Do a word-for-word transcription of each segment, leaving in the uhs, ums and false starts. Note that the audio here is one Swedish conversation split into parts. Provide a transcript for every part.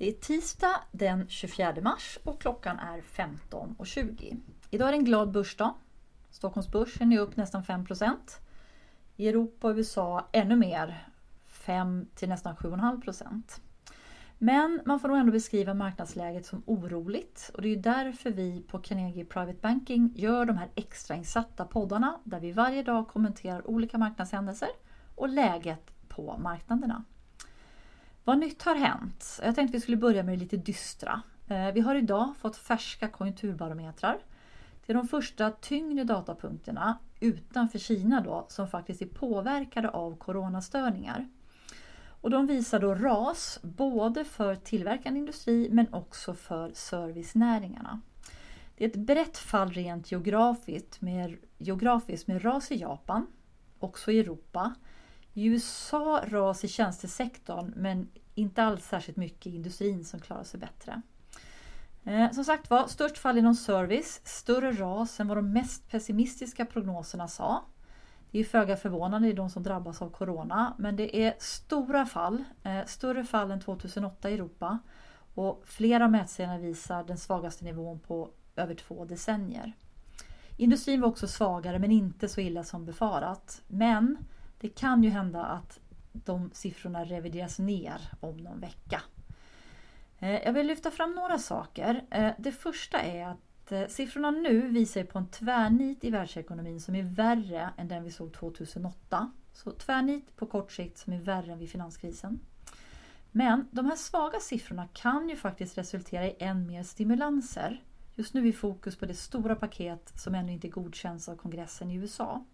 Det är tisdag den tjugofjärde mars och klockan är femton och tjugo. Idag är det en glad börsdag. Stockholmsbörsen är upp nästan fem procent. I Europa och U S A ännu mer, fem till nästan sju komma fem procent. Men man får nog ändå beskriva marknadsläget som oroligt. Och det är ju därför vi på Carnegie Private Banking gör de här extrainsatta poddarna där vi varje dag kommenterar olika marknadshändelser och läget på marknaderna. Vad nytt har hänt? Jag tänkte vi skulle börja med det lite dystra. Vi har idag fått färska konjunkturbarometrar. Det är de första tyngre datapunkterna utanför Kina då, som faktiskt är påverkade av coronastörningar. Och de visar då ras både för tillverkande industri men också för servicenäringarna. Det är ett brett fall rent geografiskt med, geografiskt med ras i Japan, också i Europa. I U S A ras i tjänstesektorn men inte alls särskilt mycket i industrin som klarar sig bättre. Eh, som sagt var, störst fall inom service, större ras än vad de mest pessimistiska prognoserna sa. Det är föga förvånande i de som drabbas av corona, men det är stora fall, eh, större fall än tjugohundraåtta i Europa och flera mätsedlar visar den svagaste nivån på över två decennier. Industrin var också svagare men inte så illa som befarat, men det kan ju hända att de siffrorna revideras ner om någon vecka. Jag vill lyfta fram några saker. Det första är att siffrorna nu visar på en tvärnit i världsekonomin som är värre än den vi såg tjugohundraåtta. Så tvärnit på kort sikt som är värre än vid finanskrisen. Men de här svaga siffrorna kan ju faktiskt resultera i än mer stimulanser. Just nu är fokus på det stora paket som ännu inte godkänns av kongressen i U S A.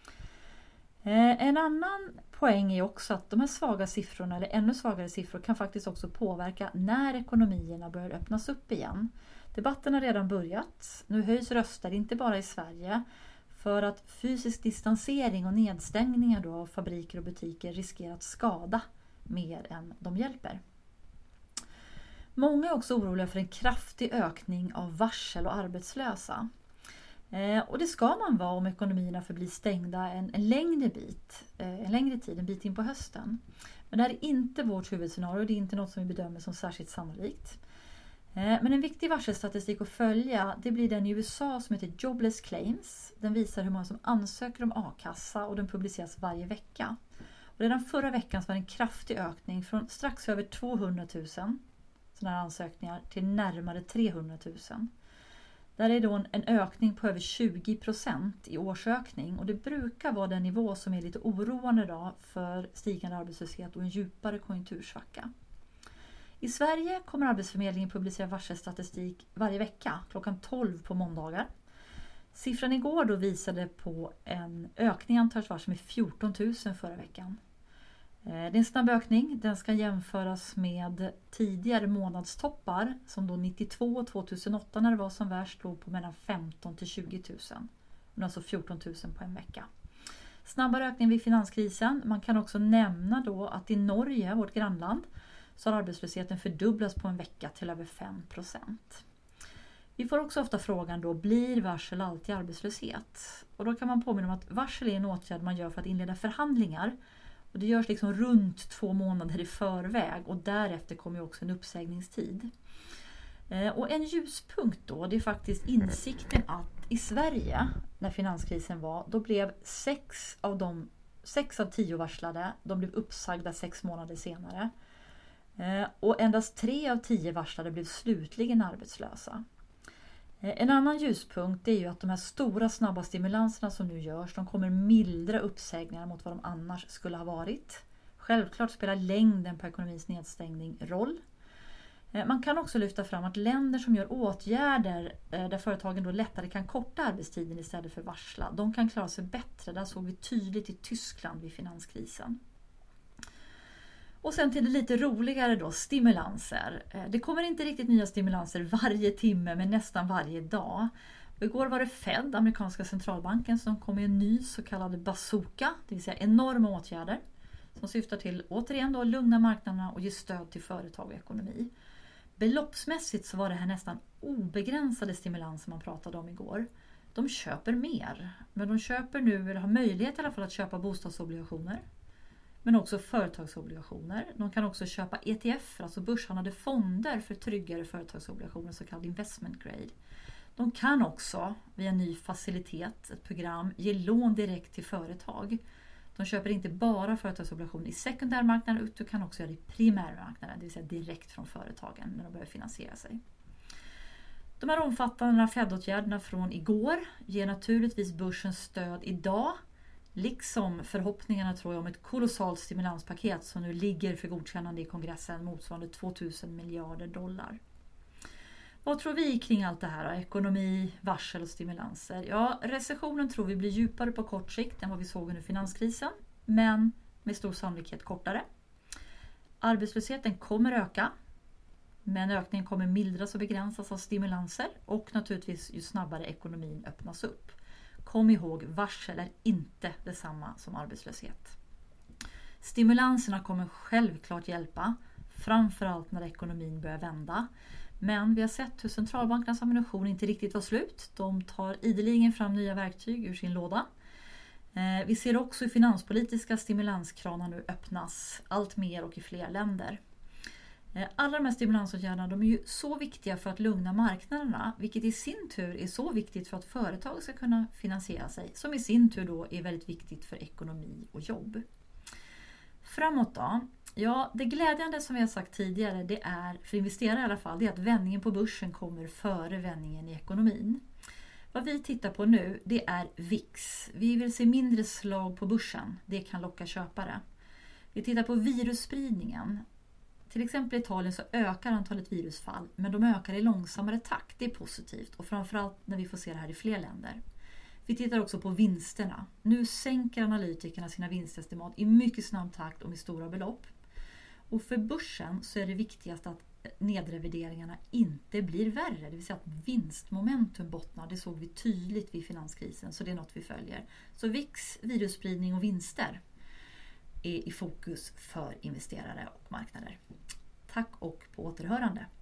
En annan poäng är också att de här svaga siffrorna eller ännu svagare siffror kan faktiskt också påverka när ekonomierna börjar öppnas upp igen. Debatten har redan börjat. Nu höjs röster, inte bara i Sverige, för att fysisk distansering och nedstängningar då av fabriker och butiker riskerar att skada mer än de hjälper. Många är också oroliga för en kraftig ökning av varsel och arbetslösa. Eh, och det ska man vara om ekonomierna förblir stängda en, en längre bit, eh, en längre tid, en bit in på hösten. Men det här är inte vårt huvudscenario, det är inte något som vi bedömer som särskilt sannolikt. Eh, men en viktig varselstatistik att följa, det blir den i U S A som heter Jobless Claims. Den visar hur många som ansöker om a-kassa och den publiceras varje vecka. Och redan förra veckan så var det en kraftig ökning från strax över tvåhundratusen sådana här ansökningar till närmare trehundratusen. Där är då en ökning på över tjugo procent i årsökning och det brukar vara den nivå som är lite oroande då för stigande arbetslöshet och en djupare konjunktursvacka. I Sverige kommer Arbetsförmedlingen publicera varselstatistik varje vecka klockan tolv på måndagar. Siffran igår då visade på en ökning antalet varsel med fjorton tusen förra veckan. Det är en snabb ökning, den ska jämföras med tidigare månadstoppar som då nittiotvå och tvåtusenåtta när det var som värst låg på mellan femton till tjugo tusen. Alltså fjorton tusen på en vecka. Snabbare ökning vid finanskrisen. Man kan också nämna då att i Norge, vårt grannland, så har arbetslösheten fördubblats på en vecka till över fem procent. Vi får också ofta frågan då, blir varsel alltid arbetslöshet? Och då kan man påminna om att varsel är en åtgärd man gör för att inleda förhandlingar. Och det görs liksom runt två månader i förväg och därefter kommer ju också en uppsägningstid. Eh, och en ljuspunkt då, det är faktiskt insikten att i Sverige, när finanskrisen var, då blev sex av, de, sex av tio varslade, de blev uppsagda sex månader senare. Eh, och endast tre av tio varslade blev slutligen arbetslösa. En annan ljuspunkt är ju att de här stora snabba stimulanserna som nu görs, de kommer mildra uppsägningar mot vad de annars skulle ha varit. Självklart spelar längden på ekonomins nedstängning roll. Man kan också lyfta fram att länder som gör åtgärder där företagen då lättare kan korta arbetstiden istället för varsla, de kan klara sig bättre. Där såg vi tydligt i Tyskland vid finanskrisen. Och sen till det lite roligare då, stimulanser. Det kommer inte riktigt nya stimulanser varje timme men nästan varje dag. Igår var det Fed, amerikanska centralbanken, som kom med en ny så kallad bazooka, det vill säga enorma åtgärder som syftar till återigen då lugna marknaderna och ge stöd till företag och ekonomi. Beloppsmässigt så var det här nästan obegränsade stimulanser man pratade om igår. De köper mer, men de köper nu, eller har möjlighet i alla fall att köpa bostadsobligationer. men också företagsobligationer. De kan också köpa E T F, alltså börshandlade fonder för tryggare företagsobligationer, så kallad investment grade. De kan också via en ny facilitet, ett program, ge lån direkt till företag. De köper inte bara företagsobligationer i sekundärmarknaden utan kan också göra det i primärmarknaden, det vill säga direkt från företagen när de behöver finansiera sig. De här omfattande Fed-åtgärderna från igår ger naturligtvis börsen stöd idag, liksom förhoppningarna tror jag om ett kolossalt stimulanspaket som nu ligger för godkännande i kongressen motsvarande tvåtusen miljarder dollar. Vad tror vi kring allt det här? Ekonomi, varsel och stimulanser. Ja, recessionen tror vi blir djupare på kort sikt än vad vi såg under finanskrisen, men med stor sannolikhet kortare. Arbetslösheten kommer öka, men ökningen kommer mildras och begränsas av stimulanser och naturligtvis ju snabbare ekonomin öppnas upp. Kom ihåg, varsel är inte detsamma som arbetslöshet. Stimulanserna kommer självklart hjälpa, framförallt när ekonomin börjar vända. Men vi har sett hur centralbankernas ammunition inte riktigt var slut. De tar ideligen fram nya verktyg ur sin låda. Vi ser också hur finanspolitiska stimulanskranar nu öppnas allt mer och i fler länder. Alla de här stimulansåtgärderna, de är ju så viktiga för att lugna marknaderna, vilket i sin tur är så viktigt för att företag ska kunna finansiera sig, som i sin tur då är väldigt viktigt för ekonomi och jobb. Framåt då? Ja, det glädjande som vi har sagt tidigare, det är, för investerare i alla fall, det är att vändningen på börsen kommer före vändningen i ekonomin. Vad vi tittar på nu, det är V I X. Vi vill se mindre slag på börsen. Det kan locka köpare. Vi tittar på virusspridningen. Till exempel i Italien så ökar antalet virusfall, men de ökar i långsammare takt. Det är positivt och framförallt när vi får se det här i fler länder. Vi tittar också på vinsterna. Nu sänker analytikerna sina vinstestimat i mycket snabb takt och med stora belopp. Och för börsen så är det viktigast att nedrevideringarna inte blir värre. Det vill säga att vinstmomentum bottnar. Det såg vi tydligt vid finanskrisen, så det är något vi följer. Så V I X, virusspridning och vinster är i fokus för investerare och marknader. Tack och på återhörande.